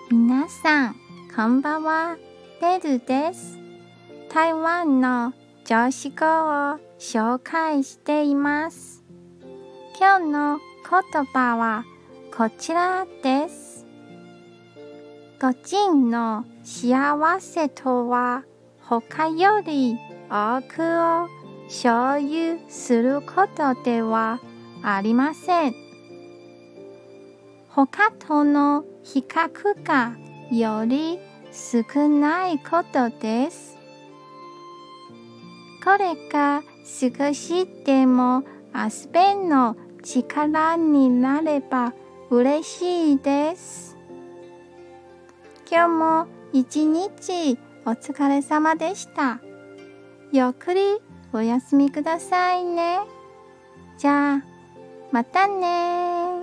皆さん、こんばんは。ベルです。台湾の常識語を紹介しています。今日の言葉はこちらです。個人の幸せとは他より多くを所有することではありません。他との比較がより少ないことです。これが少しでも遊びの力になれば嬉しいです。今日も一日お疲れ様でした。ゆっくりお休みくださいね。じゃあ、またね。